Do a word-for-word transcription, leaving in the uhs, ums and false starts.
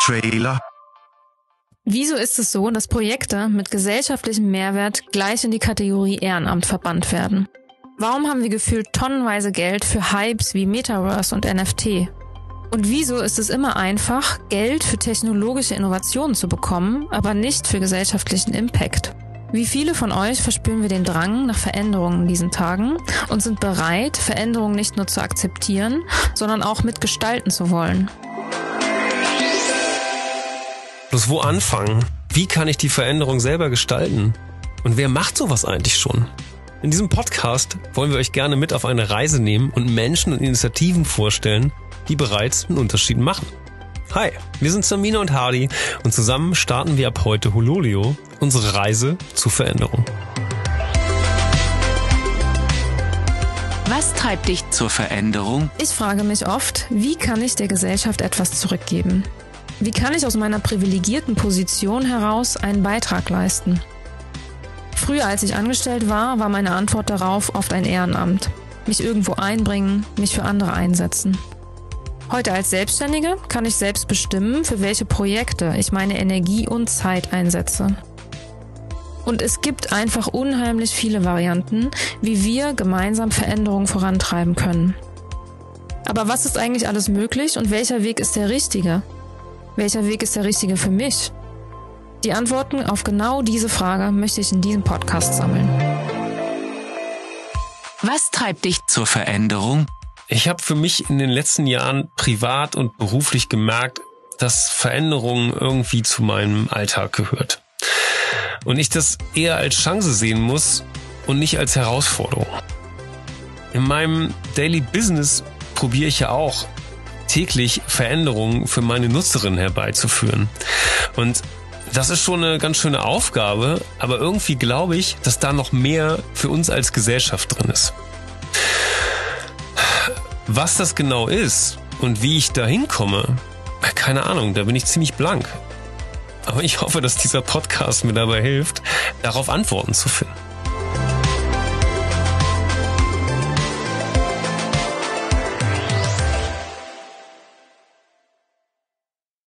Trailer. Wieso ist es so, dass Projekte mit gesellschaftlichem Mehrwert gleich in die Kategorie Ehrenamt verbannt werden? Warum haben wir gefühlt tonnenweise Geld für Hypes wie Metaverse und N F T? Und wieso ist es immer einfach, Geld für technologische Innovationen zu bekommen, aber nicht für gesellschaftlichen Impact? Wie viele von euch verspüren wir den Drang nach Veränderungen in diesen Tagen und sind bereit, Veränderungen nicht nur zu akzeptieren, sondern auch mitgestalten zu wollen? Bloß wo anfangen? Wie kann ich die Veränderung selber gestalten? Und wer macht sowas eigentlich schon? In diesem Podcast wollen wir euch gerne mit auf eine Reise nehmen und Menschen und Initiativen vorstellen, die bereits einen Unterschied machen. Hi, wir sind Samina und Hardy und zusammen starten wir ab heute Hololio, unsere Reise zur Veränderung. Was treibt dich zur Veränderung? Ich frage mich oft, wie kann ich der Gesellschaft etwas zurückgeben? Wie kann ich aus meiner privilegierten Position heraus einen Beitrag leisten? Früher, als ich angestellt war, war meine Antwort darauf oft ein Ehrenamt. Mich irgendwo einbringen, mich für andere einsetzen. Heute als Selbstständige kann ich selbst bestimmen, für welche Projekte ich meine Energie und Zeit einsetze. Und es gibt einfach unheimlich viele Varianten, wie wir gemeinsam Veränderungen vorantreiben können. Aber was ist eigentlich alles möglich und welcher Weg ist der richtige? Welcher Weg ist der richtige für mich? Die Antworten auf genau diese Frage möchte ich in diesem Podcast sammeln. Was treibt dich zur Veränderung? Ich habe für mich in den letzten Jahren privat und beruflich gemerkt, dass Veränderung irgendwie zu meinem Alltag gehört. Und ich das eher als Chance sehen muss und nicht als Herausforderung. In meinem Daily Business probiere ich ja auch täglich Veränderungen für meine Nutzerinnen herbeizuführen. Und das ist schon eine ganz schöne Aufgabe, aber irgendwie glaube ich, dass da noch mehr für uns als Gesellschaft drin ist. Was das genau ist und wie ich da hinkomme, keine Ahnung, da bin ich ziemlich blank. Aber ich hoffe, dass dieser Podcast mir dabei hilft, darauf Antworten zu finden.